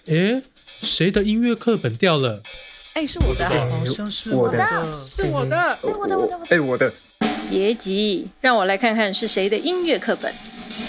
诶，谁的音乐课本掉了？ 是我的， 好像是我的，是我的， 我的。 别急，让我来看看是谁的音乐课本。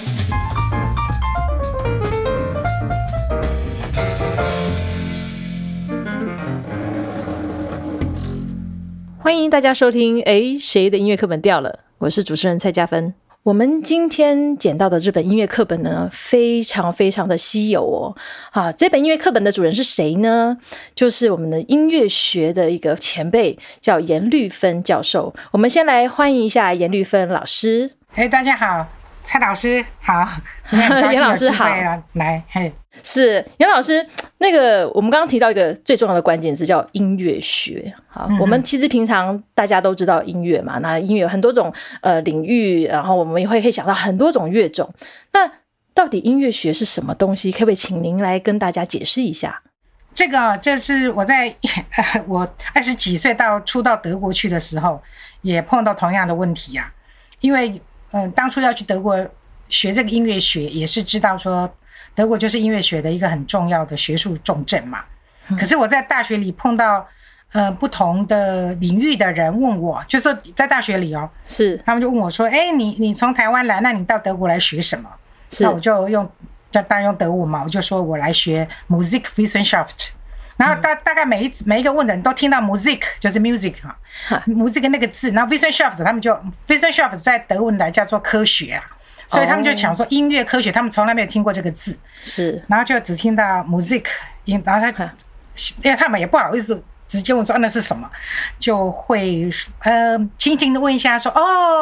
欢迎大家收听谁的音乐课本掉了，我是主持人蔡嘉芬。我们今天捡到的这本音乐课本呢，非常非常的稀有哦。这本音乐课本的主人是谁呢？就是我们的音乐学的一个前辈，叫严律芬教授。我们先来欢迎一下严律芬老师。 大家好，蔡老师好， 严老师好， 来， 是严老师。那个我们刚刚提到一个最重要的关键词叫音乐学。好，我们其实平常大家都知道音乐嘛，那音乐有很多种领域，然后我们也可以想到很多种乐种。那到底音乐学是什么东西？可不可以请您来跟大家解释一下？ 这是我在我20几岁初到德国去的时候，也碰到同样的问题啊。因为当初要去德国学这个音乐学，也是知道说德国就是音乐学的一个很重要的学术重镇嘛。可是我在大学里碰到不同的领域的人问我，就是说在大学里是他们就问我说，你从台湾来，那你到德国来学什么？那我就当然用德文嘛，我就说我来学 Musikwissenschaft。然后大概每一个问的人都听到 Musik 就是 music Musik 那个字，然后 Wissenschaft 他们就 Wissenschaft 在德文来叫做科学啊，所以他们就想说音乐科学，他们从来没有听过这个字， 是， 然后就只听到 Musik， 然后因为他们也不好意思直接问说那是什么，就会轻轻的问一下说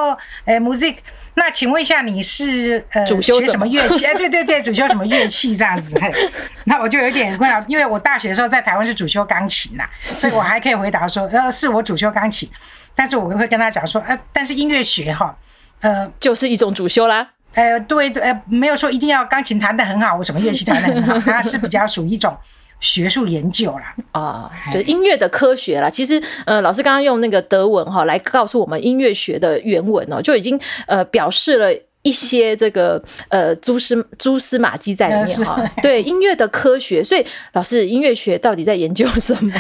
Musik， 那请问一下你是主修什么乐器？对，主修什么乐器这样子？那我就有点困扰，因为我大学的时候在台湾是主修钢琴呐，所以我还可以回答说是我主修钢琴，但是我会跟他讲说但是音乐学就是一种主修啦。 对，没有说一定要钢琴弹得很好，我什么乐器弹得很好，它是比较属于一种学术研究啦， 就音乐的科学啦。其实老师刚刚用那个德文来告诉我们音乐学的原文就已经表示了一些这个蛛丝马迹在里面对音乐的科学。所以老师，音乐学到底在研究什么？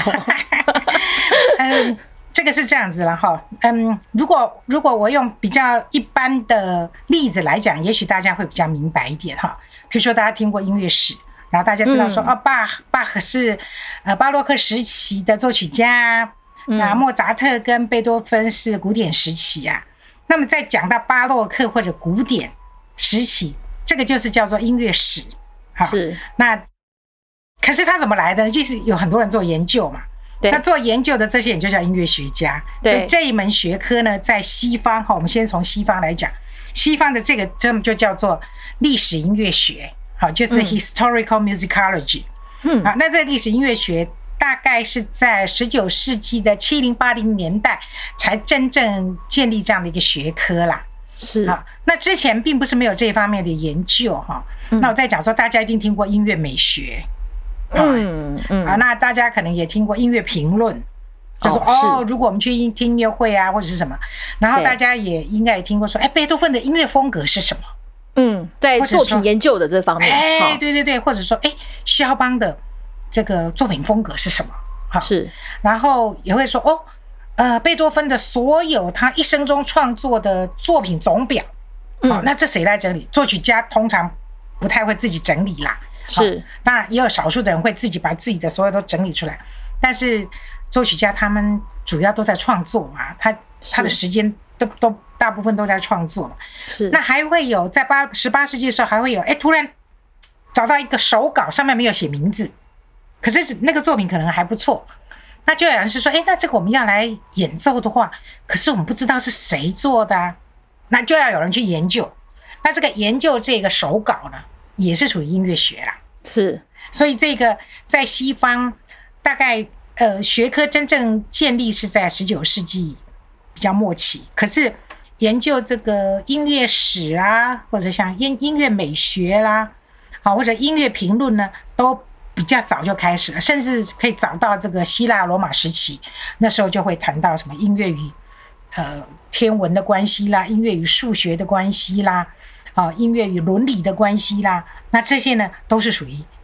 这个是这样子了如果我用比较一般的例子来讲，也许大家会比较明白一点比如说大家听过音乐史，然后大家知道说巴赫是巴洛克时期的作曲家，莫扎特跟贝多芬是古典时期啊。那么再讲到巴洛克或者古典时期，这个就是叫做音乐史。 是， 那可是它怎么来的呢？就是有很多人做研究嘛。那做研究的这些人就叫音乐学家。所以这一门学科呢，在西方我们先从西方来讲，西方的这个就叫做历史音乐学。就是 historical musicology。那这个历史音乐学大概是在19世纪的70、80年代才真正建立这样的一个学科啦。 是那之前并不是没有这一方面的研究那我在讲说，大家一定听过音乐美学，那大家可能也听过音乐评论，就说如果我们去听音乐会啊或者是什么，然后大家也应该也听过说，贝多芬的音乐风格是什么？ 在作品研究的这方面， 对，或者说肖邦的这个作品风格是什么？ 是， 然后也会说贝多芬的所有他一生中创作的作品总表，那这谁来整理？作曲家通常不太会自己整理啦， 是， 当然也有少数的人会自己把自己的所有都整理出来，但是作曲家他们主要都在创作嘛，他的时间都大部分都在创作嘛。 是， 那还会有在18世纪的时候还会有突然找到一个手稿，上面没有写名字，可是那个作品可能还不错，那就有人是说那这个我们要来演奏的话，可是我们不知道是谁做的那就要有人去研究，那这个研究这个手稿呢也是属于音乐学啦。 是， 所以这个在西方大概学科真正建立是在19世纪比较末期，可是研究这个音乐史啊，或者像音乐美学啦，或者音乐评论呢，都比较早就开始了，甚至可以找到这个希腊罗马时期，那时候就会谈到什么音乐与天文的关系啦，音乐与数学的关系啦，音乐与伦理的关系啦，那这些呢都是属于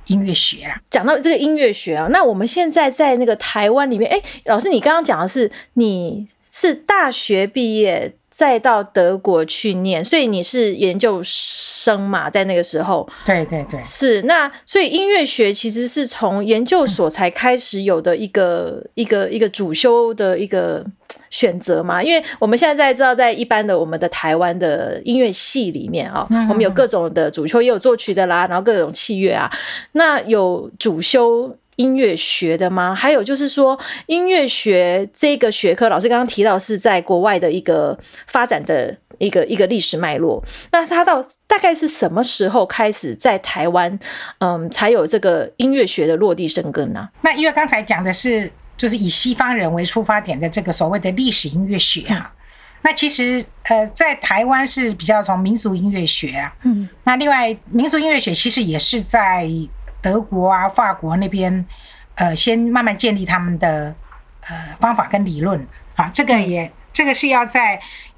音乐学啦。 讲到这个音乐学啊，那我们现在在那个台湾里面，老师你刚刚讲的是你是大学毕业再到德国去念，所以你是研究生嘛，在那个时候。 对对对， 是。那所以音乐学其实是从研究所才开始有的一个主修的一个选择嘛，因为我们现在知道，在一般的我们的台湾的音乐系里面啊，我们有各种的主修，也有作曲的啦，然后各种器乐啊，那有主修音乐学的吗？还有就是说，音乐学这个学科，老师刚刚提到是在国外的一个发展的一个历史脉络。那它到大概是什么时候开始在台湾，才有这个音乐学的落地生根呢？ 那因为刚才讲的是，就是以西方人为出发点的这个所谓的历史音乐学啊。那其实在台湾是比较从民族音乐学啊。那另外民族音乐学其实也是在德国啊、法国那边，先慢慢建立他们的方法跟理论啊。这个是要在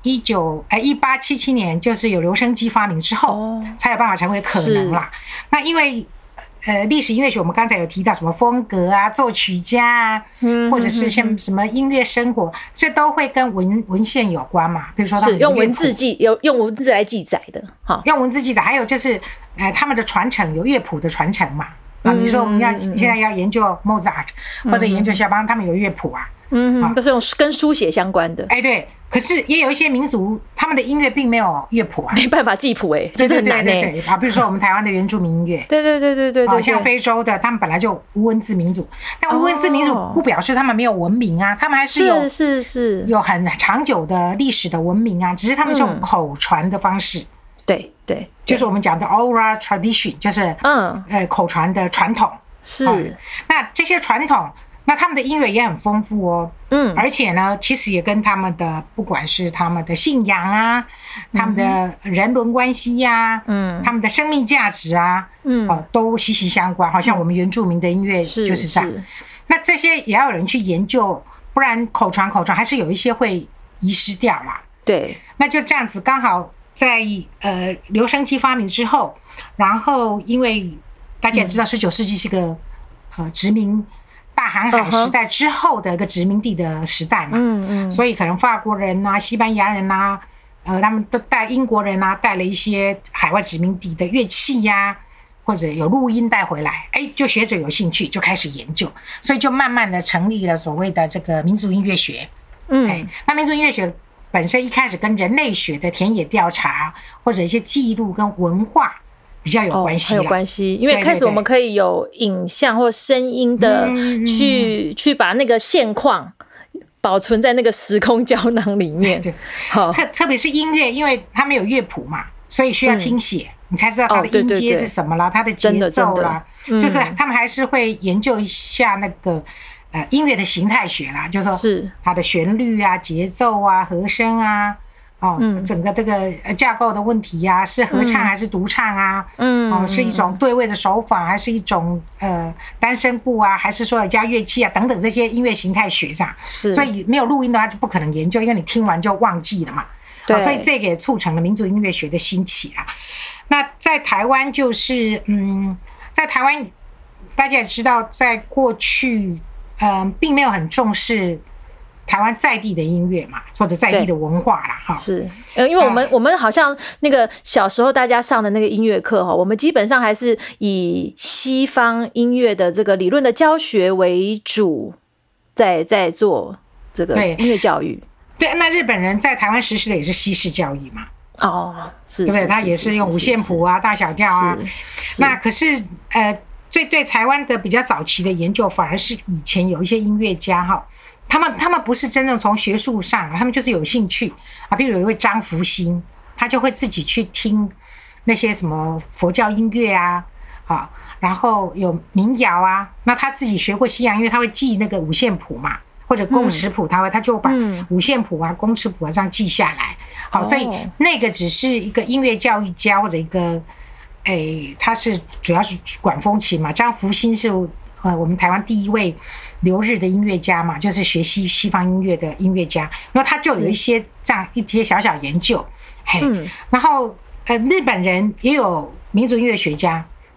1877年，就是有留声机发明之后，才有办法成为可能啦。那因为历史音乐学，我们刚才有提到什么风格啊、作曲家啊，或者是像什么音乐生活，这都会跟文献有关嘛。比如说他们是用文字来记载的， 用文字记载，还有就是他们的传承有乐谱的传承嘛。啊，比如说我们现在要研究 Mozart 或者研究肖邦，他们有乐谱啊。 都是用跟书写相关的。 对。可是也有一些民族，他们的音乐并没有乐谱啊， 没办法记谱其实很难对啊，比如说我们台湾的原住民音乐， 对， 像非洲的，他们本来就无文字民族，但无文字民族不表示他们没有文明啊，他们还是有很长久的历史的文明啊，只是他们是用口传的方式。 对， 就是我们讲的 oral tradition， 就是口传的传统。 是。 那这些传统，那他们的音乐也很丰富哦。而且呢，其实也跟他们的不管是他们的信仰啊，他们的人伦关系呀，他们的生命价值啊，都息息相关。好像我们原住民的音乐就是这样。那这些也要有人去研究，不然口传还是有一些会遗失掉啦。 对。 那就这样子，刚好在留声机发明之后，然后因为大家也知道19世纪是个殖民大航海时代之后的一个殖民地的时代嘛，所以可能法国人啊、西班牙人啊，他们都带英国人啊，带了一些海外殖民地的乐器呀，或者有录音带回来，就学者有兴趣就开始研究，所以就慢慢的成立了所谓的这个民族音乐学。那民族音乐学本身一开始跟人类学的田野调查或者一些记录跟文化比较有关系， 很有关系，因为开始我们可以有影像或声音的去把那个现况保存在那个时空胶囊里面。好， 特别是音乐，因为它没有乐谱嘛，所以需要听写，你才知道它的音阶是什么啦，它的节奏啦，就是他们还是会研究一下那个音乐的形态学啦，就是说它的旋律啊、节奏啊、和声啊。整个这个架构的问题啊，是合唱还是独唱啊？是一种对位的手法，还是一种单声部啊，还是说要加乐器啊等等这些音乐形态学上。所以没有录音的话就不可能研究，因为你听完就忘记了嘛。对，所以这个也促成了民族音乐学的兴起啊。那在台湾就是在台湾大家也知道，在过去并没有很重视台湾在地的音乐嘛，或者在地的文化啦，哈， 是，因为我们好像那个小时候大家上的那个音乐课哈，我们基本上还是以西方音乐的这个理论的教学为主，在做这个音乐教育。对， 那日本人在台湾实施的也是西式教育嘛， 是， 对不对？他也是用五线谱啊、大小调啊。那可是对台湾的比较早期的研究，反而是以前有一些音乐家哈。他们不是真正从学术上，他们就是有兴趣啊。比如有一位张福兴，他就会自己去听那些什么佛教音乐啊，然后有民谣啊。那他自己学过西洋音乐，他会记那个五线谱嘛，或者公尺谱，他就把五线谱啊、公尺谱啊这样记下来。好，所以那个只是一个音乐教育家或者一个，他是主要是管风琴嘛。张福兴是我们台湾第一位留日的音乐家嘛，就是学西方音乐的音乐家，然后他就有一些这样一些小研究，然后日本人也有民族音乐学家，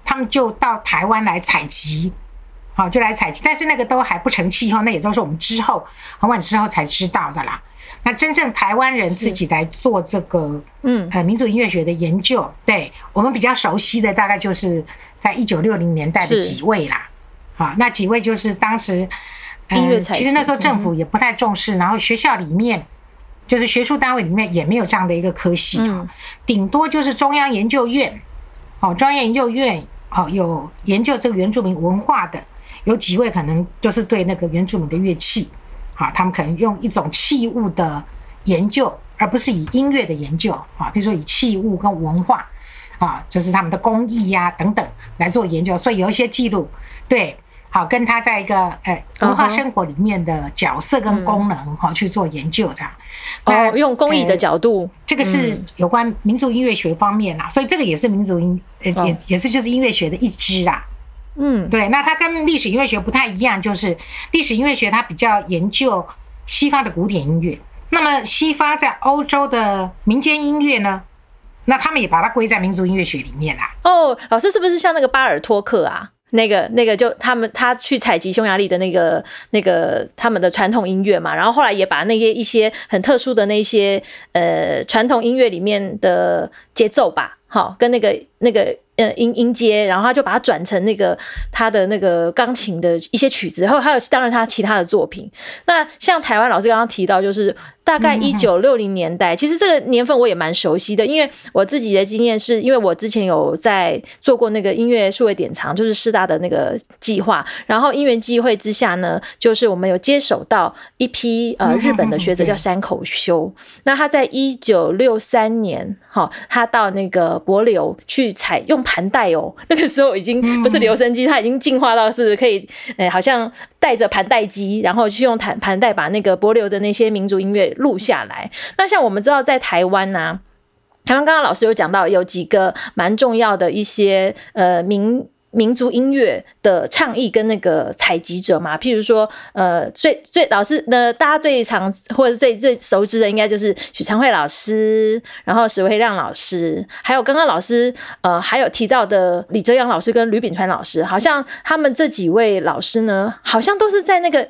他们就到台湾来采集，好，就来采集，但是那个都还不成气候，那也都是我们之后很晚之后才知道的啦。那真正台湾人自己来做这个民族音乐学的研究，对我们比较熟悉的大概就是在1960年代的几位啦。好，那几位就是当时音乐采集， 其实那时候政府也不太重视，然后学校里面就是学术单位里面也没有这样的一个科系，顶多就是中央研究院，中央研究院有研究这个原住民文化的，有几位可能就是对那个原住民的乐器，他们可能用一种器物的研究，而不是以音乐的研究，比如说以器物跟文化，就是他们的工艺呀等等来做研究，所以有一些记录，对。好，跟他在一个文化生活里面的角色跟功能去做研究这样。 用工艺的角度， 这个是有关民族音乐学方面啦，所以这个也是民族也是就是音乐学的一支啦。对，那它跟历史音乐学不太一样，就是历史音乐学它比较研究西方的古典音乐，那么西方在欧洲的民间音乐呢，那他们也把它归在民族音乐学里面啦。 老师是不是像那个巴尔托克啊？那个就他去采集匈牙利的那个他们的传统音乐嘛，然后后来也把一些很特殊的那些传统音乐里面的节奏吧，好，跟那个音阶，然后他就把它转成他的那个钢琴的一些曲子，然后还有当然他其他的作品。那像台湾老师刚刚提到，就是大概1960年代，其实这个年份我也蛮熟悉的，因为我自己的经验是因为我之前有在做过那个音乐数位典藏，就是师大的那个计划，然后因缘际会之下呢，就是我们有接手到一批日本的学者叫山口修，那他在1963年他到那个帛琉去采用盘带那个时候已经不是留声机，它已经进化到是可以好像带着盘带机，然后去用盘带把那个帛琉的那些民族音乐录下来。那像我们知道在台湾啊，台湾刚刚老师有讲到有几个蛮重要的一些民族音乐的倡议跟那个采集者嘛，譬如说最老师呢，大家最常或者最熟知的应该就是许常惠老师，然后史维亮老师，还有刚刚老师还有提到的李哲阳老师跟吕炳川老师，好像他们这几位老师呢，好像都是在那个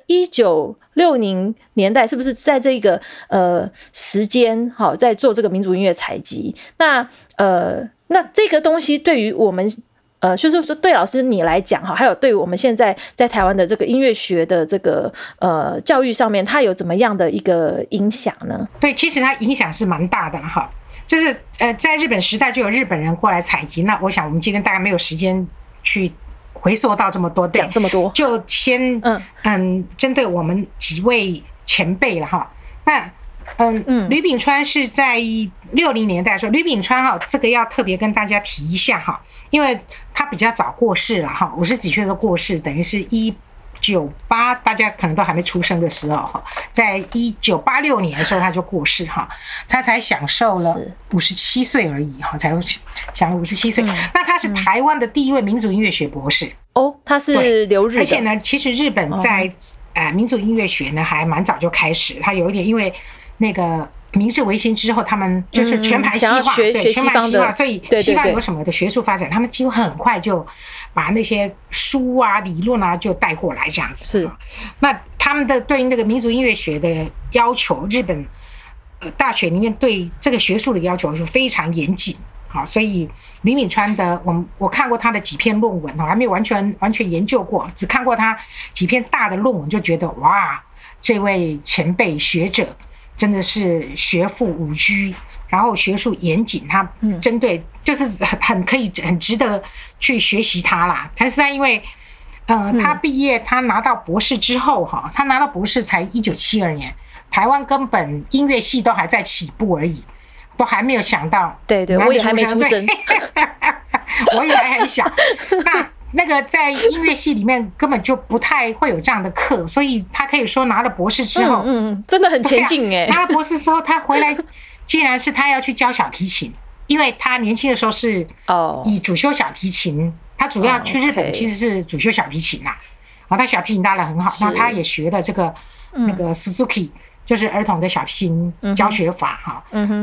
1960年代，是不是在这个时间在做这个民族音乐采集？那这个东西对于我们就是说对老师你来讲还有对于我们现在在台湾的这个音乐学的这个教育上面，它有怎么样的一个影响呢？ 对，其实它影响是蛮大的哈。就是在日本时代就有日本人过来采集，那我想我们今天大概没有时间去回溯到这么多， 讲这么多， 就先针对我们几位前辈了哈。那吕炳川是在60年代的时候，吕炳川这个要特别跟大家提一下哈，因为他比较早过世了哈，50几岁的过世，等于是198，大家可能都还没出生的时候哈，在1986年的时候他就过世哈，他才享受了57岁而已哈，才享了57岁。那他是台湾的第一位民族音乐学博士他是留日的， 而且呢，其实日本在民族音乐学呢还蛮早就开始，他有一点因为那个明治维新之后，他们就是全盘西化，对，全盘西化，所以西方有什么的学术发展，他们几乎很快就把那些书啊、理论啊就带过来这样子。 是， 那他们的对于那个民族音乐学的要求，日本大学里面对这个学术的要求是非常严谨。好，所以吕炳川的我看过他的几篇论文，还没有完全研究过，只看过他几篇大的论文，就觉得哇，这位前辈学者真的是学富五车，然后学术严谨，他针对就是很可以很值得去学习他啦。但是他因为他毕业，他拿到博士之后他拿到博士才1972年，台湾根本音乐系都还在起步而已，都还没有想到。 对，我也还没出生， 我也还很小。那个在音乐系里面根本就不太会有这样的课，所以他可以说拿了博士之后， 真的很前进拿了博士之后，他回来竟然是他要去教小提琴，因为他年轻的时候是以主修小提琴，他主要去日本其实是主修小提琴啦，他小提琴拉得很好，那他也学了这个那个 Suzuki， 就是儿童的小提琴教学法哈。那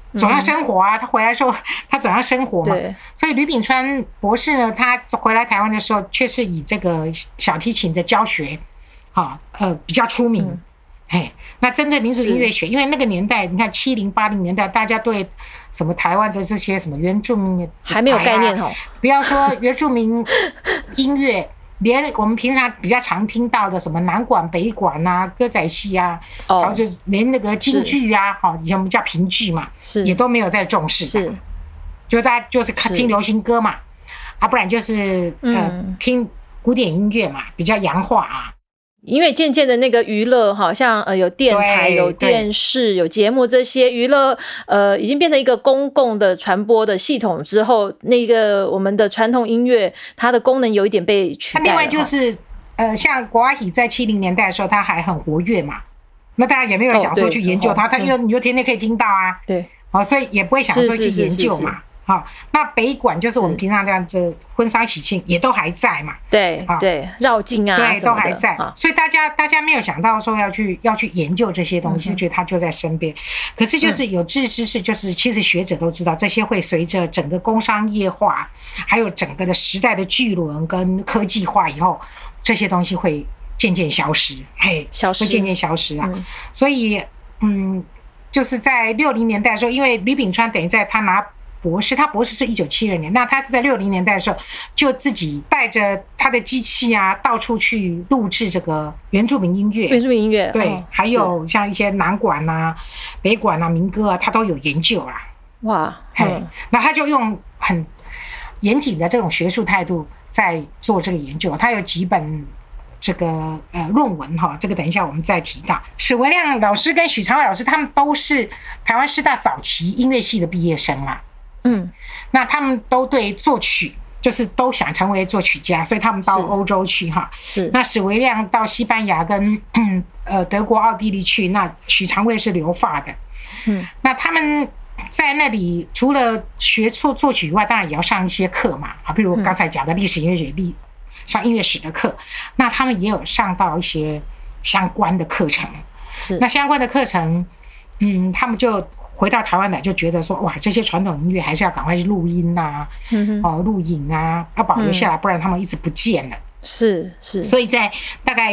总要生活啊，他回来的时候他总要生活嘛。所以吕炳川博士呢，他回来台湾的时候，却是以这个小提琴的教学，比较出名。那针对民族音乐学，因为那个年代，你看70、80年代，大家对什么台湾的这些什么原住民还没有概念哦。 不要说原住民音乐，连我们平常比较常听到的什么南管、北管啊、歌仔戏啊，然后就连那个京剧啊，以前我们叫评剧嘛，也都没有在重视的。就大家就是听流行歌嘛，不然就是听古典音乐嘛，比较洋化啊。 因为渐渐的那个娱乐好像有电台有电视有节目，这些娱乐已经变成一个公共的传播的系统之后，那个我们的传统音乐它的功能有一点被取代了。 另外就是像国阿喜在70年代的时候他还很活跃嘛，那大家也没有想说去研究他，他因为你就天天可以听到啊，对，所以也不会想说去研究嘛。那北管就是我们平常这样子婚丧喜庆也都还在嘛， 对对，绕境啊， 对，都还在，所以大家没有想到说要去研究这些东西，就觉得它就在身边。可是就是有志之士，就是其实学者都知道，这些会随着整个工商业化，还有整个的时代的巨轮跟科技化以后，这些东西会渐渐消失，会渐渐消失啊。所以就是在60年代的时候，因为吕炳川等于在他拿博士，他博士是1972年，那他是在60年代的时候就自己带着他的机器啊，到处去录制这个原住民音乐，对，还有像一些南管啊、北管啊、民歌啊，他都有研究啦。哇，那他就用很严谨的这种学术态度在做这个研究，他有几本这个论文哈，这个等一下我们再提到。史维亮老师跟许长伟老师，他们都是台湾师大早期音乐系的毕业生啦。那他们都对作曲就是都想成为作曲家，所以他们到欧洲去哈。那史维亮到西班牙跟德国、奥地利去，那许长卫是留法的。那他们在那里除了学作曲以外，当然也要上一些课嘛，比如刚才讲的历史音乐学上音乐史的课，那他们也有上到一些相关的课程。那相关的课程，他们就回到台湾来，就觉得说哇，这些传统音乐还是要赶快去录音啊，录影啊，要保留下来，不然他们一直不见了。是，所以在大概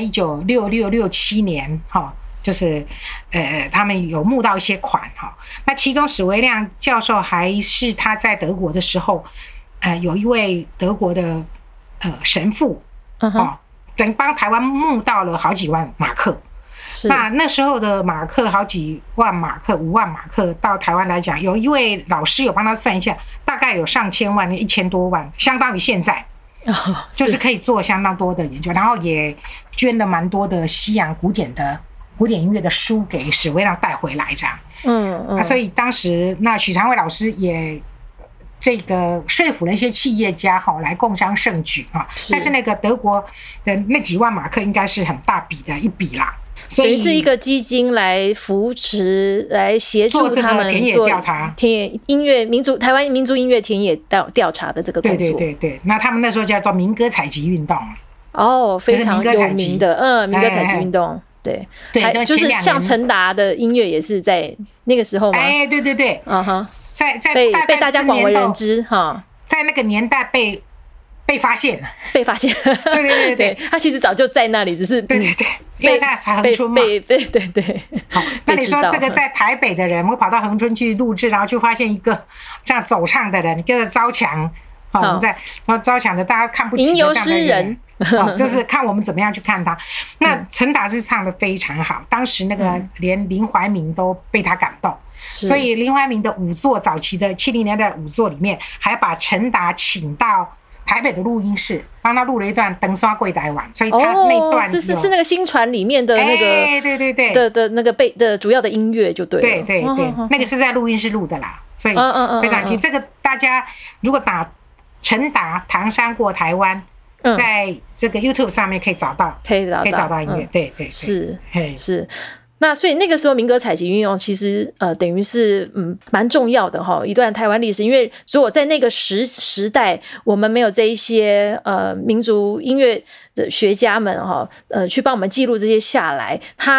1966、67年，就是他们有募到一些款哈。那其中史维亮教授还是他在德国的时候，有一位德国的神父，等帮台湾募到了好几万马克。那时候的马克好几万马克，5万马克到台湾来讲，有一位老师有帮他算一下，大概有上千万，1000多万，相当于现在，就是可以做相当多的研究，然后也捐了蛮多的西洋古典音乐的书给史维亮带回来这样。所以当时那许长伟老师也这个说服了一些企业家来共襄盛举啊。但是那个德国的那几万马克应该是很大笔的一笔啦。 等于是一个基金来扶持、来协助他们做田野调查、 台湾民族音乐田野调查的这个工作。 对。那他们那时候叫做民歌采集运动。 非常有名的，民歌采集运动。对，就是像陈达的音乐也是在那个时候吗？ 对， 被大家广为人知哈， 在那个年代被发现了， 对，他其实早就在那里，只是对，因为他才恒春嘛， 对。 好，那你说这个在台北的人，我跑到恒春去录制，然后就发现一个这样走唱的人，叫做招强，我们在招强的大家看不起吟游诗人， 就是看我们怎么样去看他。那陈达是唱的非常好，当时那个连林怀民都被他感动。所以林怀民的舞作，早期的70年代的舞作里面，还把陈达请到台北的录音室，帮他录了一段《登山过台湾》，所以他那段是那个新传里面的那个对的那个的主要的音乐就对了， 对，那个是在录音室录的啦，所以非常清。这个大家如果打陈达唐山过台湾，在这个 YouTube 上面可以找到音乐，对， 是。那所以那个时候民歌采集运用其实等于是蛮重要的一段台湾历史，因为如果在那个时代我们没有这一些民族音乐的学家们去帮我们记录这些下来，它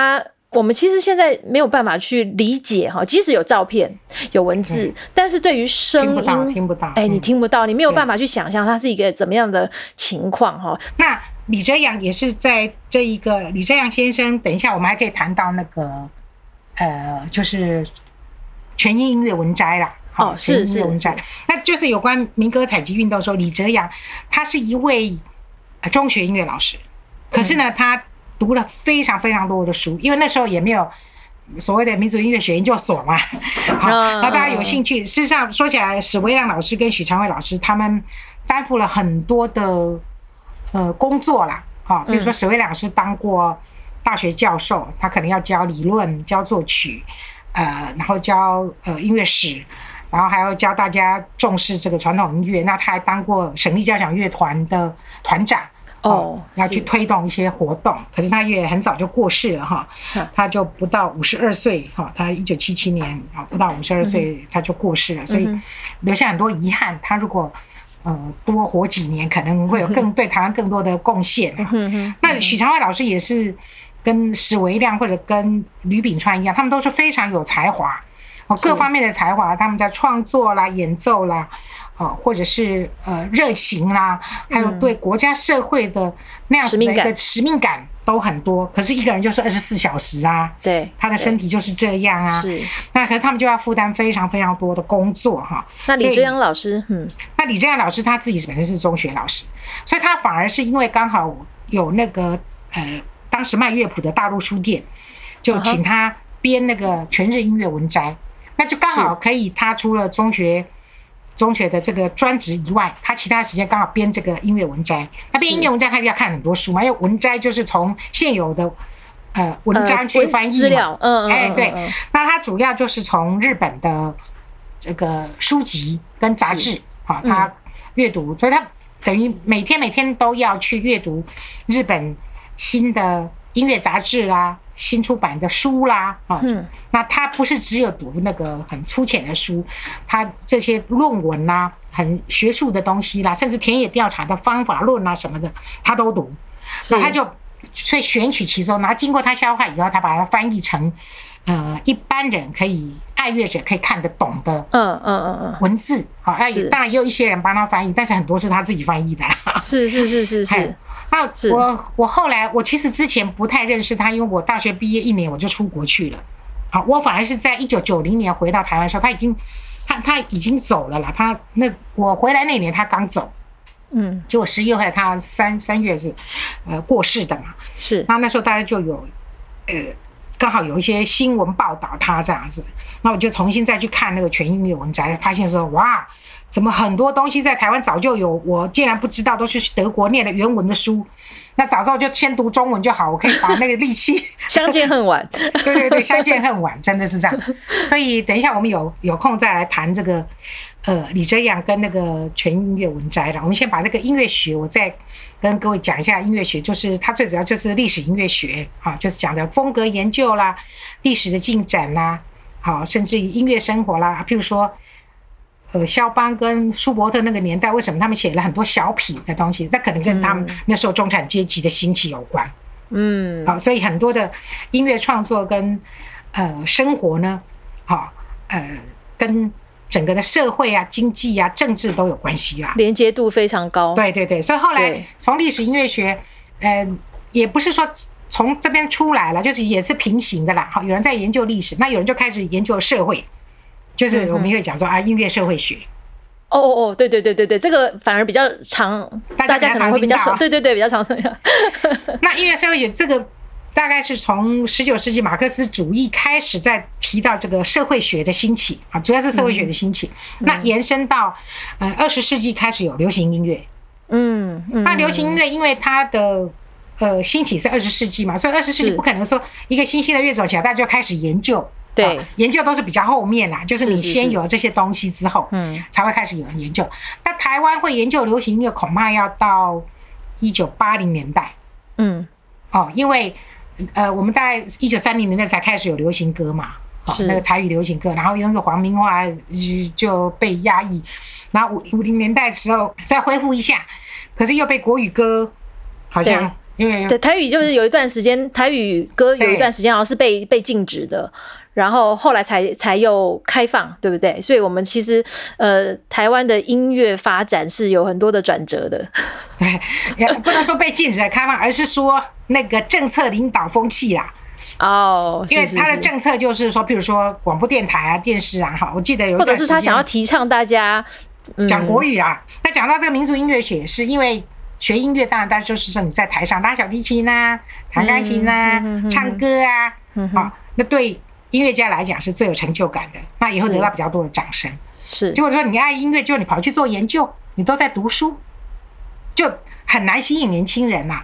我们其实现在没有办法去理解哈，即使有照片、有文字，但是对于声音听不到， 你听不到，你没有办法去想象它是一个怎么样的情况哈。 那李哲阳也是在这一个李哲阳先生，等一下我们还可以谈到那个就是全音音乐文摘啦。 是文摘，那就是有关民歌采集运动的时候，李哲阳他是一位中学音乐老师，可是呢，他读了非常非常多的书，因为那时候也没有所谓的民族音乐学研究所嘛。好，那大家有兴趣，事实上说起来，史维亮老师跟许长惠老师他们担负了很多的工作啦。好，比如说史维亮老师当过大学教授，他可能要教理论、教作曲，然后教音乐史。然后还要教大家重视这个传统音乐，那他还当过省立交响乐团的团长然后去推动一些活动。可是他也很早就过世了哈，他就不到52岁哈，他1977年不到52岁他就过世了，所以留下很多遗憾。他如果多活几年，可能会有对台湾更多的贡献。那许长惠老师也是跟史维亮或者跟吕炳川一样，他们都是非常有才华。各方面的才华，他们在创作啦、演奏啦，或者是热情啦，还有对国家社会的那样子的一个使命感都很多。可是一个人就是24小时啊， 对， 他的身体就是这样啊。是，那可是他们就要负担非常非常多的工作哈。 那李哲阳老师， 那李哲阳老师他自己本身是中学老师，所以他反而是因为刚好有那个当时卖乐谱的大陆书店，就请他编那个全日音乐文摘。那就刚好可以，他除了中学的这个专职以外，他其他时间刚好编这个音乐文摘。他编音乐文摘，他就要看很多书嘛，因为文摘就是从现有的文章去翻译嘛。对。那他主要就是从日本的这个书籍跟杂志他阅读，所以他等于每天都要去阅读日本新的音乐杂志啦。新出版的书啦，那他不是只有读那个很粗浅的书，他这些论文啦、很学术的东西啦，甚至田野调查的方法论啊什么的，他都读。那他就所以选取其中，然后经过他消化以后，他把它翻译成一般人可以爱乐者可以看得懂的文字。好，当然也有一些人帮他翻译，但是很多是他自己翻译的。是。那我后来我其实之前不太认识他，因为我大学毕业1年我就出国去了。好，我反而是在1990年回到台湾的时候，他已经走了啦。我回来那年他刚走，结果10月回来，他3月是过世的嘛。是。那时候大家就有刚好有一些新闻报道他这样子，那我就重新再去看那个全音乐文摘，发现说哇。怎么很多东西在台湾早就有，我竟然不知道，都是德国念的原文的书。那早知道就先读中文就好，我可以把那个力气相见恨晚。 对，相见恨晚，真的是这样。所以等一下我们有空再来谈这个李哲阳跟那个全音乐文摘了。我们先把那个音乐学，我再跟各位讲一下音乐学，就是它最主要就是历史音乐学就是讲的风格研究啦、历史的进展啦，好，甚至于音乐生活啦，譬如说。肖邦跟舒伯特那个年代，为什么他们写了很多小品的东西？这可能跟他们那时候中产阶级的兴起有关。好，所以很多的音乐创作跟生活呢，跟整个的社会啊、经济啊、政治都有关系啦， 连接度非常高。 对，所以后来从历史音乐学，也不是说从这边出来了，就是也是平行的啦。好，有人在研究历史，那有人就开始研究社会。就是我们会讲说音乐社会学。 对，这个反而比较常，大家可能会比较熟。对，比较常听。 那音乐社会学这个大概是从19世纪马克思主义开始在提到这个社会学的兴起主要是社会学的兴起。那延伸到20世纪开始有流行音乐。那流行音乐因为它的兴起是20世纪嘛，所以20世纪不可能说一个新兴的乐手起来，大家就开始研究。对，研究都是比较后面啦，就是你先有这些东西之后，才会开始有人研究。那台湾会研究流行音乐，恐怕要到1980年代。因为我们大概1930年代才开始有流行歌嘛，那个台语流行歌，然后用个黄明化就被压抑，然后50年代的时候再恢复一下，可是又被国语歌好像因为对台语就是有一段时间，台语歌有一段时间好像是被禁止的。然后后来才又开放，对不对？所以我们其实台湾的音乐发展是有很多的转折的。 对，不能说被禁止开放，而是说那个政策领导风气啦。 哦， 因为他的政策就是说，比如说广播电台啊、电视啊，哈，我记得有， 或者是他想要提倡大家讲国语啊。那讲到这个民族音乐学，是因为学音乐，当然就是说你在台上拉小提琴啊、弹钢琴啊、唱歌啊，好，那对音乐家来讲是最有成就感的，那以后得到比较多的掌声。 是， 结果说你爱音乐，就你跑去做研究，你都在读书，就很难吸引年轻人呐。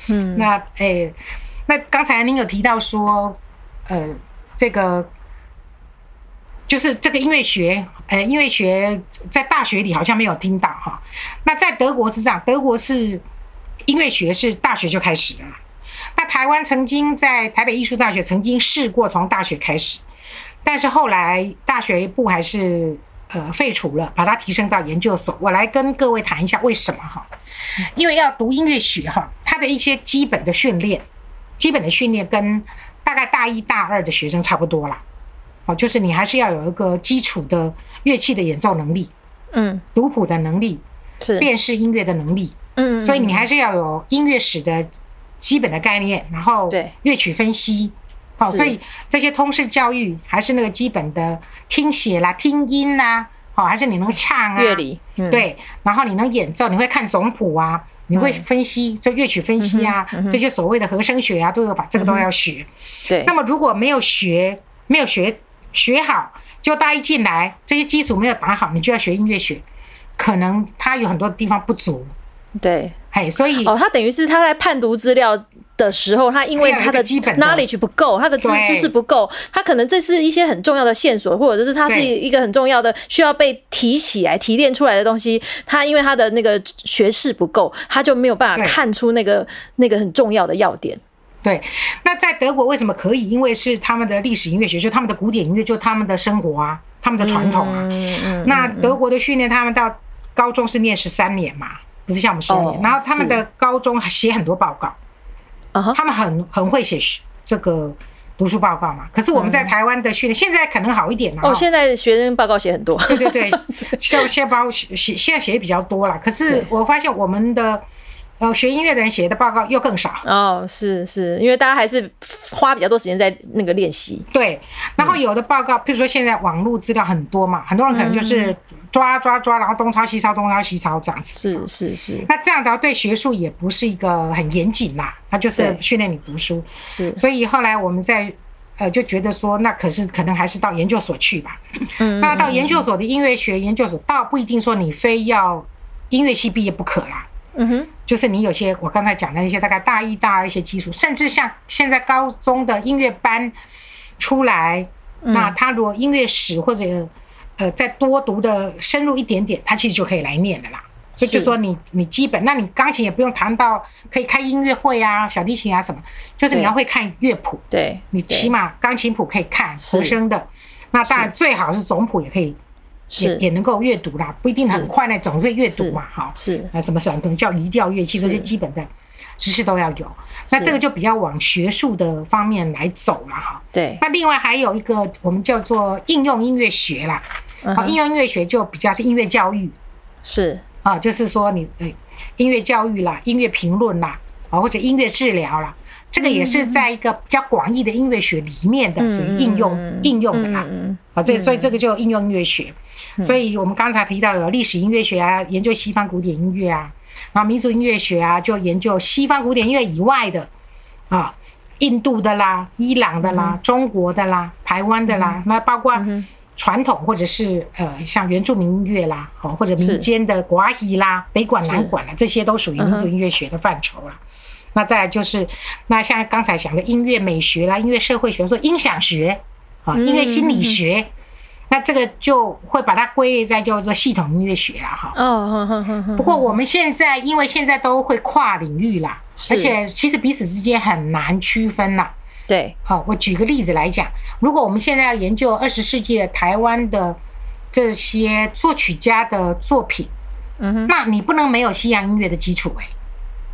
那刚才您有提到说，这个就是这个音乐学，音乐学在大学里好像没有听到哈。那在德国是这样，德国是音乐学是大学就开始了。那台湾曾经在台北艺术大学曾经试过从大学开始，但是后来大学部还是废除了，把它提升到研究所。我来跟各位谈一下为什么哈？因为要读音乐学哈，它的一些基本的训练跟大概大一大二的学生差不多啦。就是你还是要有一个基础的乐器的演奏能力，读谱的能力，是辨识音乐的能力，所以你还是要有音乐史的基本的概念，然后乐曲分析，所以这些通识教育还是那个基本的听写啦、听音啦，还是你能唱啊， 乐理， 对，然后你能演奏，你会看总谱啊，你会分析这乐曲分析啊，这些所谓的和声学啊，都有把这个都要学。对，那么如果没有学好，就大一进来这些基础没有打好，你就要学音乐学，可能它有很多地方不足。 对， 所以他等于是他在判读资料的时候，他因为他的 knowledge 不够，他的知识不够，他可能这是一些很重要的线索，或者是他是一个很重要的需要被提起来、提炼出来的东西，他因为他的那个学识不够，他就没有办法看出那个很重要的要点。 对，那在德国为什么可以？因为是他们的历史音乐学，就他们的古典音乐，就他们的生活啊，他们的传统啊。那德国的训练，他们到高中是念13年嘛，不是像我们12年。然后他们的高中写很多报告，他们很会写这个读书报告嘛。可是我们在台湾的训练，现在可能好一点了。 现在学生报告写很多。 对，现在写的比较多了。可是我发现我们的。学音乐的人写的报告又更少是因为大家还是花比较多时间在那个练习。 对，然后有的报告，譬如说现在网络资料很多嘛，很多人可能就是抓，然后东抄西抄这样子。是。那这样的对学术也不是一个很严谨啦，它就是训练你读书。是。所以后来我们在就觉得说，那可能还是到研究所去吧。那到研究所的音乐学研究所，倒不一定说你非要音乐系毕业不可啦。就是你有些我刚才讲的那些大概大一大二一些基础，甚至像现在高中的音乐班出来，那他如果音乐史或者再多读的深入一点点，他其实就可以来念的啦。所以就说你基本，那你钢琴也不用谈到可以开音乐会啊、小提琴啊什么，就是你要会看乐谱，对，你起码钢琴谱可以看和声的，那当然最好是总谱也可以。也能够阅读啦，不一定很快那种会阅读嘛，什么可能叫移调乐器，这些基本的知识都要有。那这个就比较往学术的方面来走了哈。对。那另外还有一个我们叫做应用音乐学啦，应用音乐学就比较是音乐教育，就是说你音乐教育啦、音乐评论啦，或者音乐治疗啦。这个也是在一个比较广义的音乐学里面的属于应用的啦，所以这个就应用音乐学。所以我们刚才提到有历史音乐学啊，研究西方古典音乐啊，然后民族音乐学啊，就研究西方古典音乐以外的印度的啦、伊朗的啦、中国的啦、台湾的啦，那包括传统或者是像原住民音乐啦，或者民间的国语啦、北管南管啦，这些都属于民族音乐学的范畴啦。那再来就是，那像刚才讲的音乐美学啦、音乐社会学，说音响学音乐心理学，那这个就会把它归类在叫做系统音乐学啦不过我们现在因为现在都会跨领域啦，而且其实彼此之间很难区分啦。对，我举个例子来讲，如果我们现在要研究20世纪的台湾的这些作曲家的作品，那你不能没有西洋音乐的基础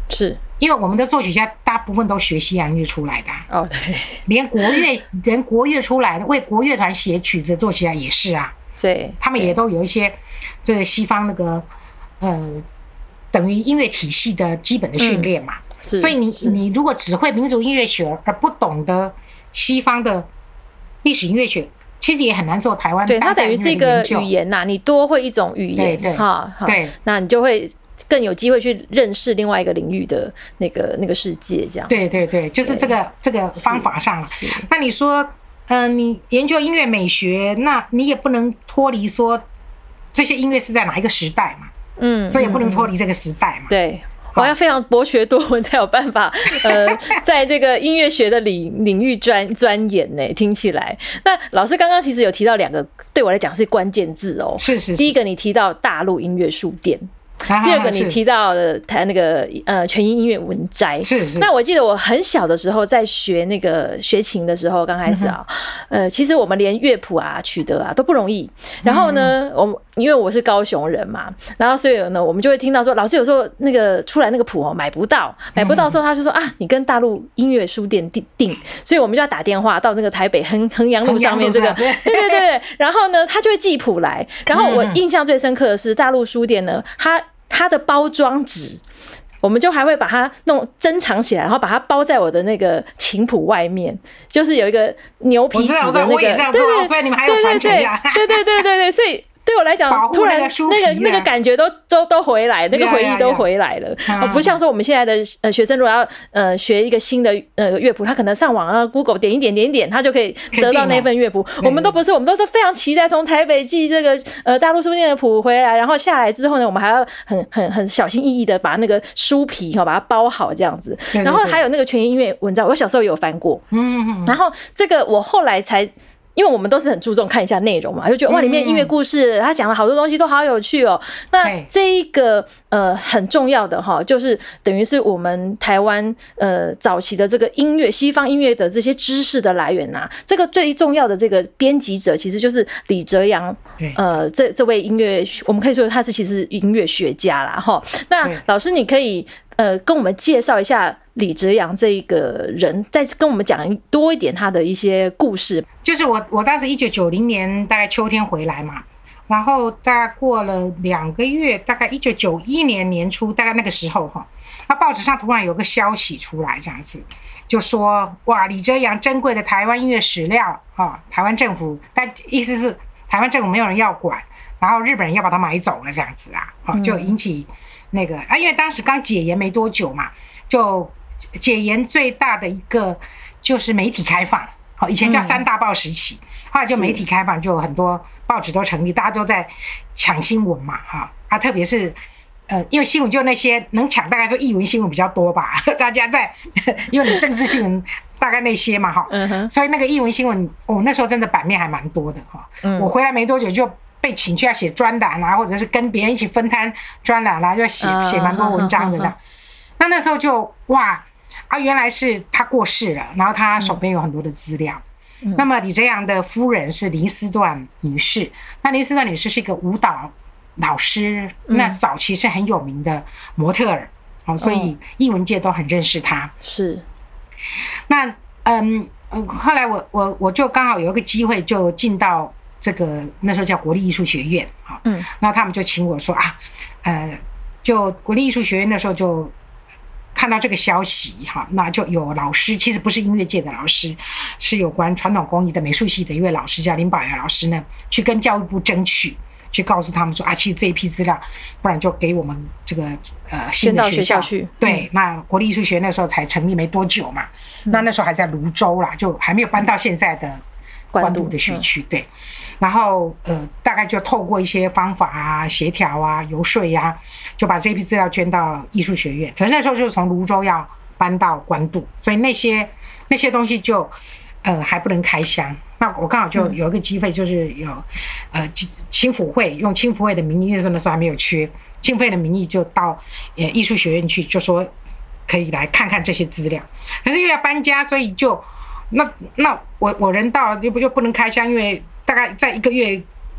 是因为我们的作曲家大部分都学西洋音乐出来的哦，对， 连国乐出来的为国乐团写曲子的作曲家也是啊， 对， 他们也都有一些这个西方那个等于音乐体系的基本的训练嘛。所以你如果只会民族音乐学而不懂得西方的历史音乐学，其实也很难做台湾当代音乐的研究。对，它等于是一个语言呐，你多会一种语言，对，那你就会更有机会去认识另外一个领域的那个世界，这样。 对，就是这个方法上了。那你说，你研究音乐美学，那你也不能脱离说这些音乐是在哪一个时代嘛，所以也不能脱离这个时代嘛。 对。我要非常博学多闻才有办法，在这个音乐学的领域钻研呢。听起来，那老师刚刚其实有提到2个，对我来讲是关键字哦。 是。 第一个，你提到大陆音乐书店。第二个，你提到的那个全音音乐文摘。 是。 那我记得我很小的时候在学那个学琴的时候，刚开始啊，其实我们连乐谱啊、取得啊都不容易。然后呢，因为我是高雄人嘛，然后所以呢，我们就会听到说，老师有时候那个出来那个谱哦买不到的时候，他就说啊，你跟大陆音乐书店订，所以我们就要打电话到那个台北衡阳路上面这个，对，然后呢，他就会寄谱来。然后我印象最深刻的是大陆书店呢，它的包装纸，我们就还会把它珍藏起来，然后把它包在我的那个琴谱外面，就是有一个牛皮纸的那个， 对，所以你们还有传承呀， 对，所以对我来讲，突然那个感觉都回来，那个回忆都回来了。不像说我们现在的学生，如果要学一个新的乐谱，他可能上网Google 点一点，他就可以得到那份乐谱。我们都不是，我们都是非常期待从台北寄这个大陆书店的谱回来，然后下来之后呢，我们还要很小心翼翼的把那个书皮把它包好这样子。然后还有那个全音乐文章，我小时候也有翻过。然后这个我后来才。因为我们都是很注重看一下内容嘛，就觉得哇，里面音乐故事，他讲了好多东西都好有趣哦。那这一个很重要的哈，就是等于是我们台湾早期的这个音乐，西方音乐的这些知识的来源呐。这个最重要的这个编辑者其实就是李哲阳，这位音乐，我们可以说他是其实音乐学家啦哈。那老师，你可以跟我们介绍一下李哲阳这一个人，再跟我们讲多一点他的一些故事。 就是我当时1990年大概秋天回来嘛，然后大概过了2个月，大概1991年年初，大概那个时候哈，那报纸上突然有个消息出来，这样子就说哇，李哲阳珍贵的台湾音乐史料啊，台湾政府，但意思是台湾政府没有人要管，然后日本人要把它买走了这样子啊，就引起那个因为当时刚解严没多久嘛，就解严最大的一个就是媒体开放。以前叫3大报时期，后来就媒体开放，就很多报纸都成立，大家都在抢新闻嘛，特别是因为新闻就那些能抢，大概说艺文新闻比较多吧，大家在因为你政治新闻大概那些嘛所以那个艺文新闻那时候真的版面还蛮多的我回来没多久就被请去要写专栏或者是跟别人一起分摊专栏就写蛮多文章的这样。那时候就哇。原来是他过世了，然后他手边有很多的资料。那么李哲阳的夫人是林思段女士，那林思段女士是一个舞蹈老师，那早期是很有名的模特儿，所以艺文界都很认识她。 是。 那后来我就刚好有一个机会就进到这个那时候叫国立艺术学院那他们就请我说就国立艺术学院那时候就。看到这个消息那就有老师，其实不是音乐界的老师，是有关传统工艺的美术系的一位老师叫林宝瑶老师呢，去跟教育部争取，去告诉他们说其实这一批资料，不然就给我们这个新的学校去。对，那国立艺术学院那时候才成立没多久嘛，那时候还在泸州啦，就还没有搬到现在的关渡的学区。对，然后大概就透过一些方法协调游说就把这批资料捐到艺术学院。可是那时候就是从泸州要搬到关渡，所以那些东西就还不能开箱。那我刚好就有一个机会，就是有青辅会用青辅会的名义，那时候还没有缺青辅会的名义，就到艺术学院去，就说可以来看看这些资料。可是因为要搬家，所以就那我人到了又不能开箱，因为大概在1个月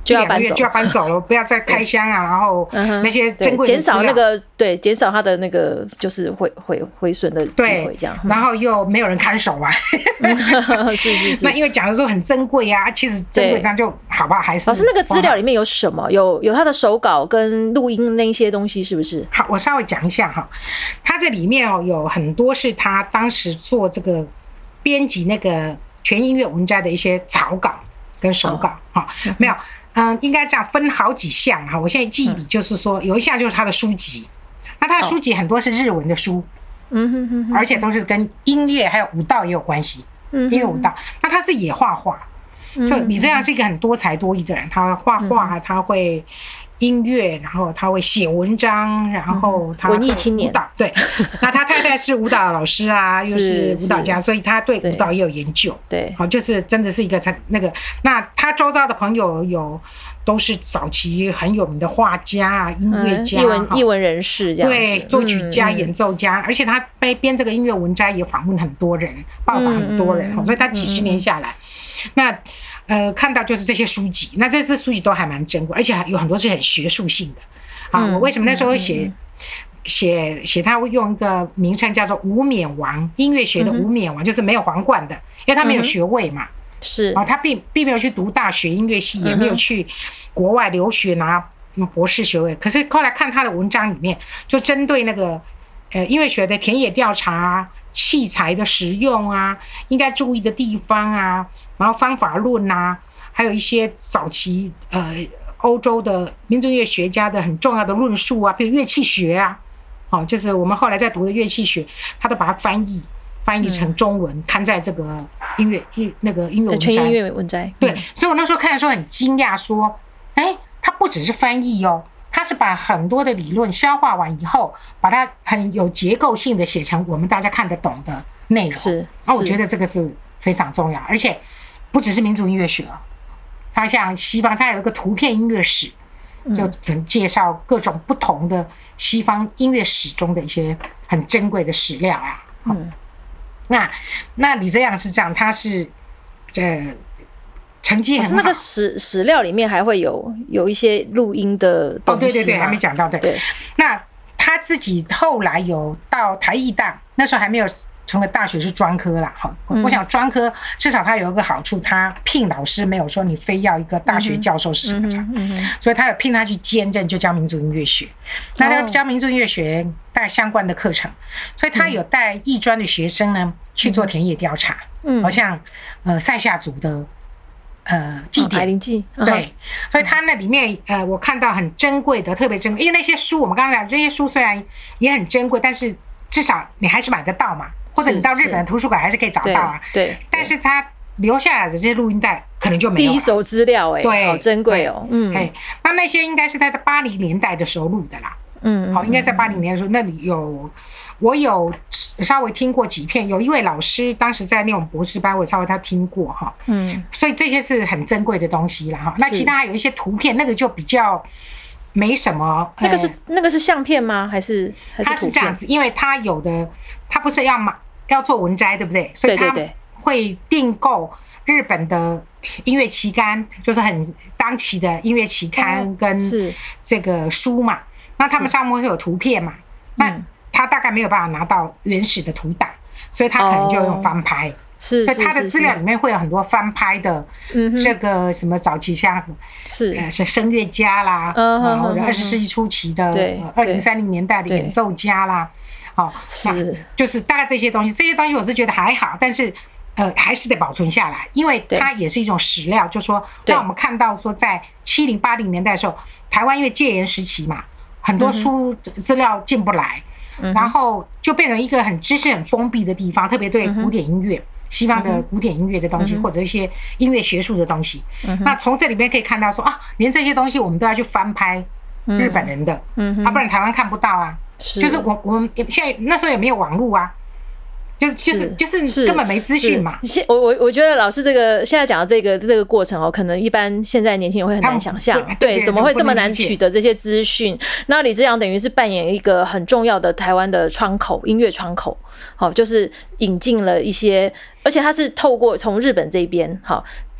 就要搬走了，不要再开箱啊，然后那些珍贵的减少那个减少它的那个就是毁损的机会这样， 然后又没有人看守啊， 是。 那因为讲的时候很珍贵啊，其实珍贵这样就好不好？还是老师那个资料里面有什么？有他的手稿跟录音那一些东西是不是？ 好，我稍微讲一下哈，他这里面有很多是他当时做这个编辑那个全音乐文摘的一些草稿跟手稿哈，没有。应该这样分好几项哈。我现在记忆里就是说，有一项就是他的书籍，那他的书籍很多是日文的书，而且都是跟音乐还有舞蹈也有关系，音乐舞蹈。那他是也画画，就李这样是一个很多才多艺的人，他画画，他会音乐，然后他会写文章，然后他文艺青年， 对。那他太太是舞蹈老师啊，又是舞蹈家，所以他对舞蹈也有研究。 对， 好，就是真的是一个那个。那他周遭的朋友都是早期很有名的画家啊、音乐家、 艺文人士这样。 对，作曲家、演奏家，而且他编这个音乐文摘也访问很多人，报访很多人，所以他几十年下来，那。看到就是这些书籍，那这些书籍都还蛮珍贵，而且有很多是很学术性的。我为什么那时候会写他用一个名称叫做无冕王，音乐学的无冕王，就是没有皇冠的，因为他没有学位嘛。 是他并没有去读大学音乐系，也没有去国外留学拿博士学位。可是后来看他的文章里面，就针对那个音乐学的田野调查、器材的使用啊，应该注意的地方啊，然后方法论啊，还有一些早期欧洲的民族乐学家的很重要的论述啊，比如乐器学啊，就是我们后来在读的乐器学，他都把它翻译成中文，刊在这个音乐文摘， 全音乐文摘。 对，所以我那时候看的时候很惊讶，说，他不只是翻译哦。他是把很多的理论消化完以后，把它很有结构性的写成我们大家看得懂的内容。 是， 我觉得这个是非常重要，而且不只是民族音乐学，它像西方，它有一个图片音乐史，就介绍各种不同的西方音乐史中的一些很珍贵的史料啊。那李泽洋是这样，他是成绩很好， 那个史料里面还会有一些录音的东西。 对，还没讲到。对，那他自己后来有到台艺大，那时候还没有成为大学是专科啦。我想专科至少他有一个好处，他聘老师没有说你非要一个大学教授是什么所以他有聘他去兼任，就教民族音乐学。那他教民族音乐学带相关的课程，所以他有带艺专的学生呢去做田野调查，好像塞夏族的。祭典，对，所以它那里面我看到很珍贵的，特别珍贵，因为那些书我们刚才讲，这些书虽然也很珍贵，但是至少你还是买得到嘛，或者你到日本的图书馆还是可以找到啊。 对， 但是它留下来的这些录音带可能就没有了。 第一手资料对，好珍贵哦。 那些应该是在80年代的时候录的啦。好，应该在80年的时候，那里我有稍微听过几片，有一位老师当时在那种博士班，我稍微他听过哈，所以这些是很珍贵的东西啦哈。那其他有一些图片，那个就比较没什么。 那个是相片吗？还是它是这样子，因为它有的它不是要做文摘，对不对？所以它会订购日本的音乐期刊，就是很当期的音乐期刊跟这个书嘛。那他们上面会有图片嘛？那他大概没有办法拿到原始的图档，所以他可能就用翻拍。所以他的资料里面会有很多翻拍的，这个什么早期像是声乐家啦，或者20世纪初期的20、30年代的演奏家啦，是就是大概这些东西。这些东西我是觉得还好，但是还是得保存下来，因为它也是一种史料，就说让我们看到说在70、80年代的时候，台湾因为戒严时期嘛。很多书资料进不来，然后就变成一个知识很封闭的地方，特别对古典音乐、西方的古典音乐的东西，或者一些音乐学术的东西。那从这里面可以看到说连这些东西我们都要去翻拍日本人的，不然台湾看不到啊。就是我们现在那时候也没有网络啊。就是根本没资讯嘛。 我觉得老师现在讲的这个过程可能一般现在年轻人会很难想象，对，怎么会这么难取得这些资讯？那李志扬等于是扮演一个很重要的台湾的窗口，音乐窗口，就是引进了一些，而且他是透过从日本这边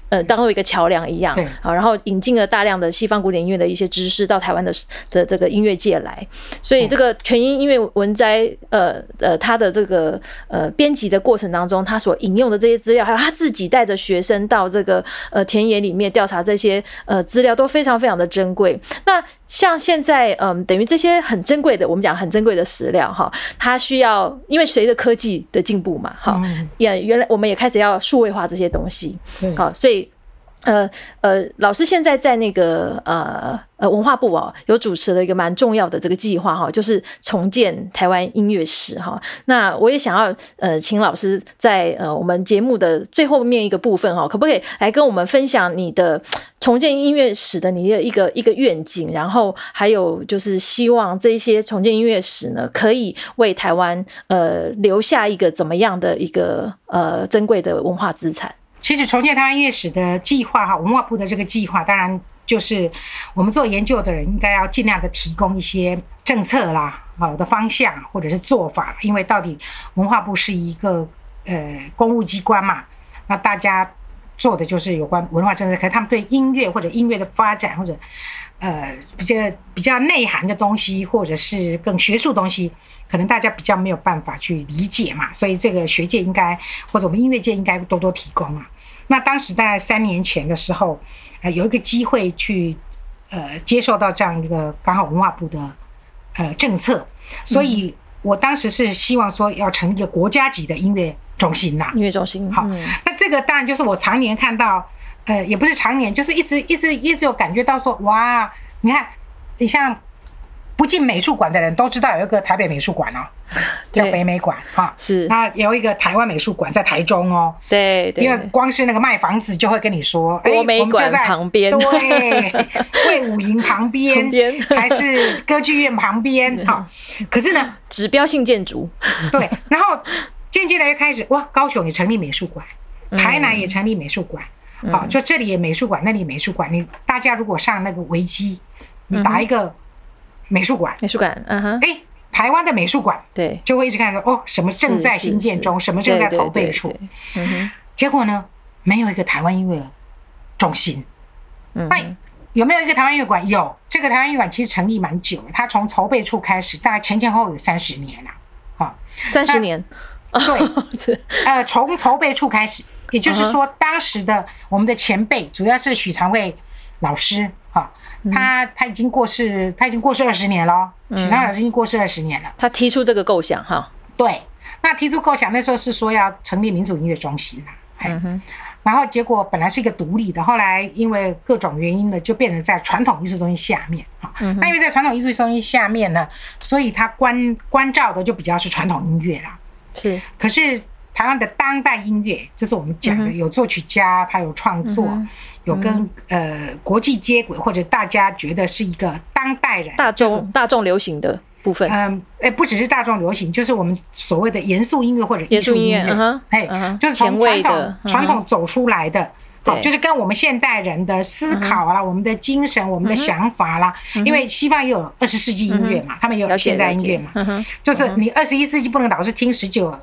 当做一个桥梁一样，然后引进了大量的西方古典音乐的一些知识到台湾的这个音乐界来，所以这个全音音乐文摘他的这个编辑的过程当中，他所引用的这些资料，还有他自己带着学生到这个田野里面调查这些资料，都非常非常的珍贵。那像现在等于这些很珍贵的，我们讲很珍贵的史料哈，它需要因为随着科技的进步嘛，哈，原来我们也开始要数位化这些东西，好，所以老师现在在那个文化部有主持了一个蛮重要的这个计划哈，就是重建台湾音乐史哈。那我也想要请老师在我们节目的最后面一个部分哈，可不可以来跟我们分享你的重建音乐史的你的一个愿景，然后还有就是希望这些重建音乐史呢，可以为台湾留下一个怎么样的一个珍贵的文化资产。 其实重建台湾音乐史的计划哈，文化部的这个计划，当然就是我们做研究的人应该要尽量的提供一些政策啦、好的方向或者是做法，因为到底文化部是一个公务机关嘛，那大家做的就是有关文化政策，可是他们对音乐或者音乐的发展或者比较内涵的东西，或者是更学术东西，可能大家比较没有办法去理解嘛，所以这个学界应该或者我们音乐界应该多多提供啊。那当时大概3年前的时候，有一个机会去接受到这样一个刚好文化部的政策，所以我当时是希望说要成立一个国家级的音乐中心啦， 音乐中心。 好，那这个当然就是我常年看到，也不是常年，就是一直有感觉到说，哇，你看，你像不进美术馆的人都知道有一个台北美术馆哦，叫北美馆哈， 是。 那有一个台湾美术馆在台中哦， 对， 因为光是那个卖房子就会跟你说， 国美馆旁边， 对，卫武营旁边，还是歌剧院旁边哈。可是呢， 指标性建筑， 对，然后渐渐的又开始，哇，高雄也成立美术馆，台南也成立美术馆，好，就这里也美术馆，那里美术馆，大家如果上那个维基，你打一个美术馆，台湾的美术馆， 对， 就会一直看到什么正在兴建中，什么正在筹备处，结果呢，没有一个台湾音乐中心。那有没有一个台湾音乐馆？有，这个台湾音乐馆其实成立蛮久了，它从筹备处开始，大概前后有30年了 ，30年， 对，从筹备处开始，也就是说，当时的我们的前辈，主要是许长卫老师他已经过世20年了，许长卫老师已经过世20年了。 他提出这个构想哈， 对，那提出构想那时候是说要成立民主音乐中心然后结果本来是一个独立的，后来因为各种原因呢，就变成在传统艺术中心下面那因为在传统艺术中心下面呢，所以他关照的就比较是传统音乐啦。 是， 可是台湾的当代音乐，就是我们讲的有作曲家，他有创作，有跟国际接轨，或者大家觉得是一个当代人大众流行的部分。 不只是大众流行，就是我们所谓的严肃音乐或者艺术音乐，就是从传统走出来的。就是跟我们现代人的思考啦，我们的精神，我们的想法啦，因为西方也有20世纪音乐嘛，他们也有现代音乐嘛，就是你21世纪不能老是听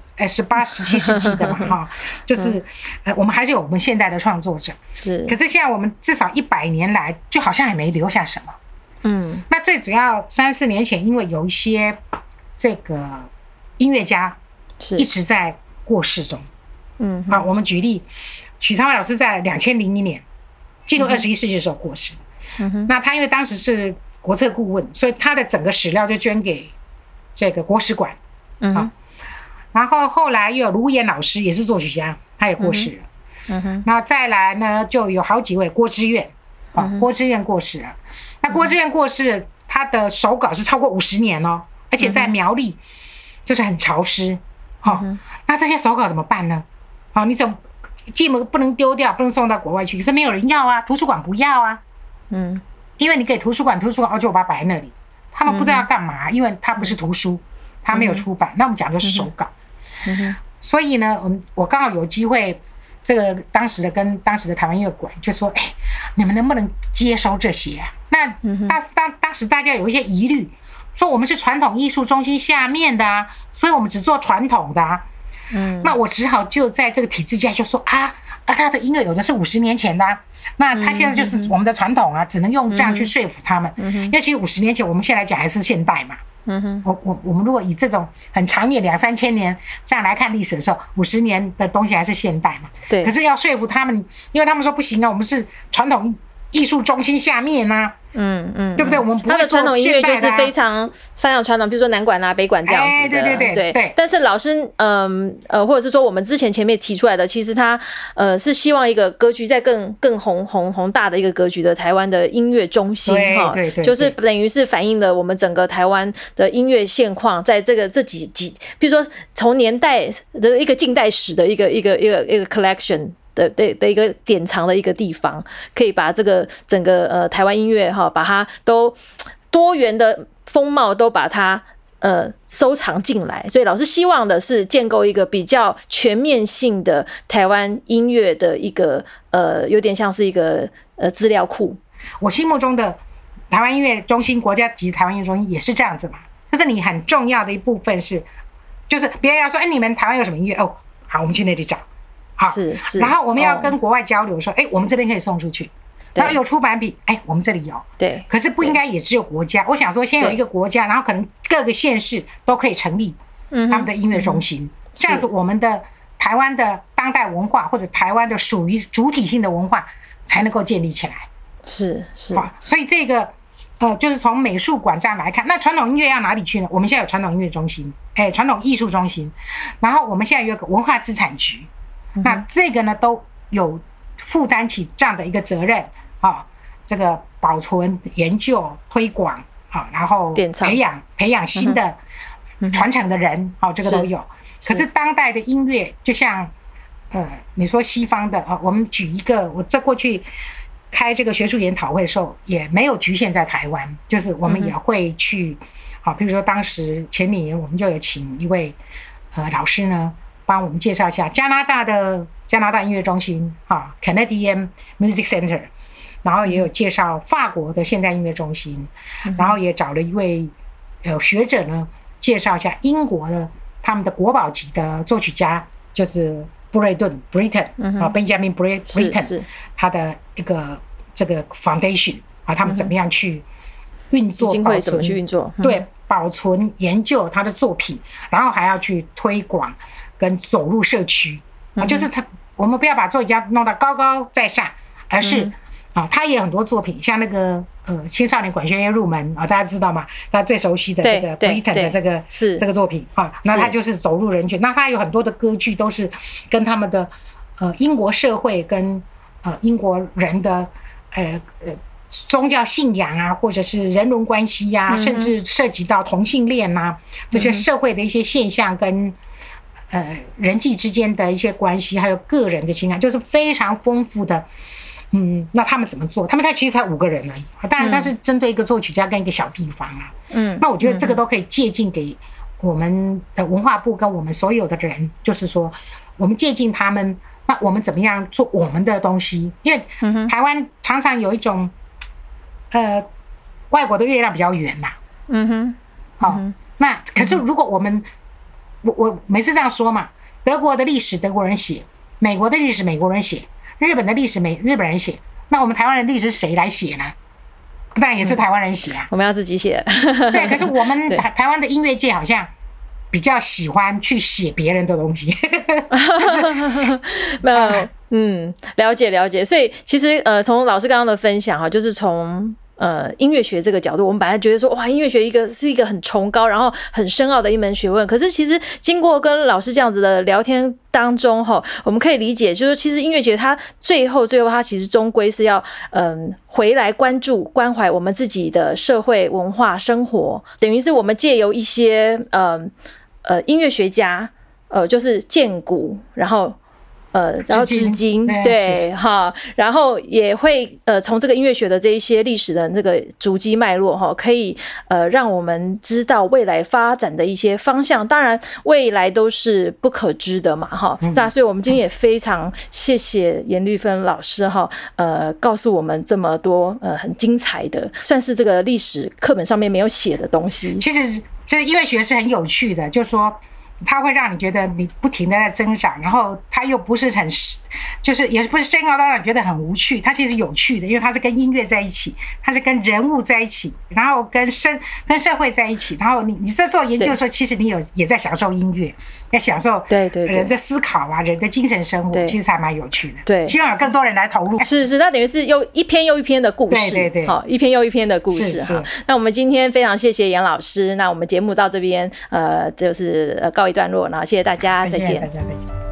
18、17世纪的嘛就是我们还是有我们现代的创作者， 是。 可是现在我们至少100年来，就好像也没留下什么。那最主要3、4年前，因为有一些这个音乐家一直在过世中，我们举例。许长卫老师在2001年进入21世纪的时候过世，那他因为当时是国策顾问，所以他的整个史料就捐给这个国史馆，然后后来又有卢岩老师也是作曲家，他也过世了，那再来呢就有好几位，郭之愿过世了，那郭之愿过世，他的手稿是超过50年哦，而且在苗栗就是很潮湿，那这些手稿怎么办呢？你怎么既不能丢掉，不能送到国外去，可是没有人要啊，图书馆不要啊，因为你给图书馆就把它摆在那里，他们不知道要干嘛，因为它不是图书，它没有出版，那我们讲就是手稿，所以呢，我刚好有机会，这个当时的台湾音乐馆就说，你们能不能接收这些啊？那当时大家有一些疑虑，说我们是传统艺术中心下面的所以我们只做传统的那我只好就在这个体制下就说他的音乐有的是50年前的那他现在就是我们的传统只能用这样去说服他们。因为其实50年前我们现在讲还是现代嘛。我们如果以这种很长远2-3千年这样来看历史的时候，50年的东西还是现代嘛。 对。 可是要说服他们，因为他们说不行我们是传统艺术中心下面对不对？我们不会做现代的他的传统音乐就是非常传统，比如说南管北管这样子的。 对。 但是老师或者是说我们之前面提出来的，其实他是希望一个格局在更宏大的一个格局的台湾的音乐中心对， 就是等于是反映了我们整个台湾的音乐现况，在这几比如说从年代的一个近代史的一个 collection。的一个典藏的一个地方，可以把这个整个台湾音乐把它都多元的风貌都把它收藏进来，所以老师希望的是建构一个比较全面性的台湾音乐的一个有点像是一个资料库。 我心目中的台湾音乐中心，国家级台湾音乐中心也是这样子嘛，就是你很重要的一部分是，就是别人要说你们台湾有什么音乐好，我们去那里找。好， 是， 然后我们要跟国外交流说，我们这边可以送出去，然后有出版品，我们这里有， 对， 可是不应该也只有国家。我想说，先有一个国家，然后可能各个县市都可以成立他们的音乐中心，这样子我们的台湾的当代文化或者台湾的属于主体性的文化才能够建立起来。 是， 所以这个就是从美术馆这样来看，那传统音乐要哪里去呢？我们现在有传统音乐中心，传统艺术中心，然后我们现在有个文化资产局。那这个呢都有负担起这样的一个责任这个保存、研究、推广然后培养新的传承的人这个都有。可是当代的音乐，就像你说西方的我们举一个，我在过去开这个学术研讨会的时候，也没有局限在台湾，就是我们也会去比如说当时前几年我们就有请一位老师呢。帮我们介绍一下加拿大音乐中心Canadian Music Center， 然后也有介绍法国的现代音乐中心，然后也找了一位学者呢介绍一下英国的他们的国宝级的作曲家，就是布瑞顿 Benjamin Britten 他的一个这个 foundation 他们怎么样去运作， 基金会怎么去运作？ 对，保存研究他的作品，然后还要去推广。跟走入社区就是我们不要把作曲家弄得高高在上，而是他也有很多作品，像那个青少年管弦乐入门大家知道吗？大家最熟悉的这个 Britten 的这个作品那他就是走入人群，那他有很多的歌剧都是跟他们的英国社会跟英国人的宗教信仰或者是人伦关系甚至涉及到同性恋这些社会的一些现象跟人际之间的一些关系，还有个人的情感，就是非常丰富的。那他们怎么做？他们其实才5个人而已。当然，他是针对一个作曲家跟一个小地方那我觉得这个都可以借鉴给我们的文化部跟我们所有的人，就是说，我们借鉴他们，那我们怎么样做我们的东西？因为台湾常常有一种，外国的月亮比较圆那可是如果我们我每次这样说嘛，德国的历史德国人写，美国的历史美国人写，日本的历史日本人写，那我们台湾的历史谁来写呢？当然也是台湾人写我们要自己写。 对，可是我们台湾的音乐界好像比较喜欢去写别人的东西。 了解。所以其实从老师刚刚的分享就是从音乐学这个角度，我们本来觉得说哇，音乐学是一个很崇高然后很深奥的一门学问，可是其实经过跟老师这样子的聊天当中我们可以理解，就是其实音乐学它最后它其实终归是要回来关注关怀我们自己的社会文化生活，等于是我们借由一些音乐学家就是建古然后至今对然后也会从这个音乐学的这一些历史的这个足迹脉络可以让我们知道未来发展的一些方向，当然未来都是不可知的嘛所以我们今天也非常谢谢颜律芬老师告诉我们这么多很精彩的，算是这个历史课本上面没有写的东西。 其实这音乐学是很有趣的，就是说它会让你觉得你不停的在增长，然后它又不是很就是也不是深奥到让你觉得很无趣，它其实有趣的，因为它是跟音乐在一起，它是跟人物在一起，然后跟社会在一起，然后你在做研究的时候，其实你也在享受音乐，在享受人的思考啊，人的精神生活，其实还蛮有趣的。 对， 希望有更多人来投入。 是，那等于是又一篇又一篇的故事， 对， 好，一篇又一篇的故事哈。那我们今天非常谢谢杨老师，那我们节目到这边就是告一段落，然后谢谢大家，再见。 大家再见。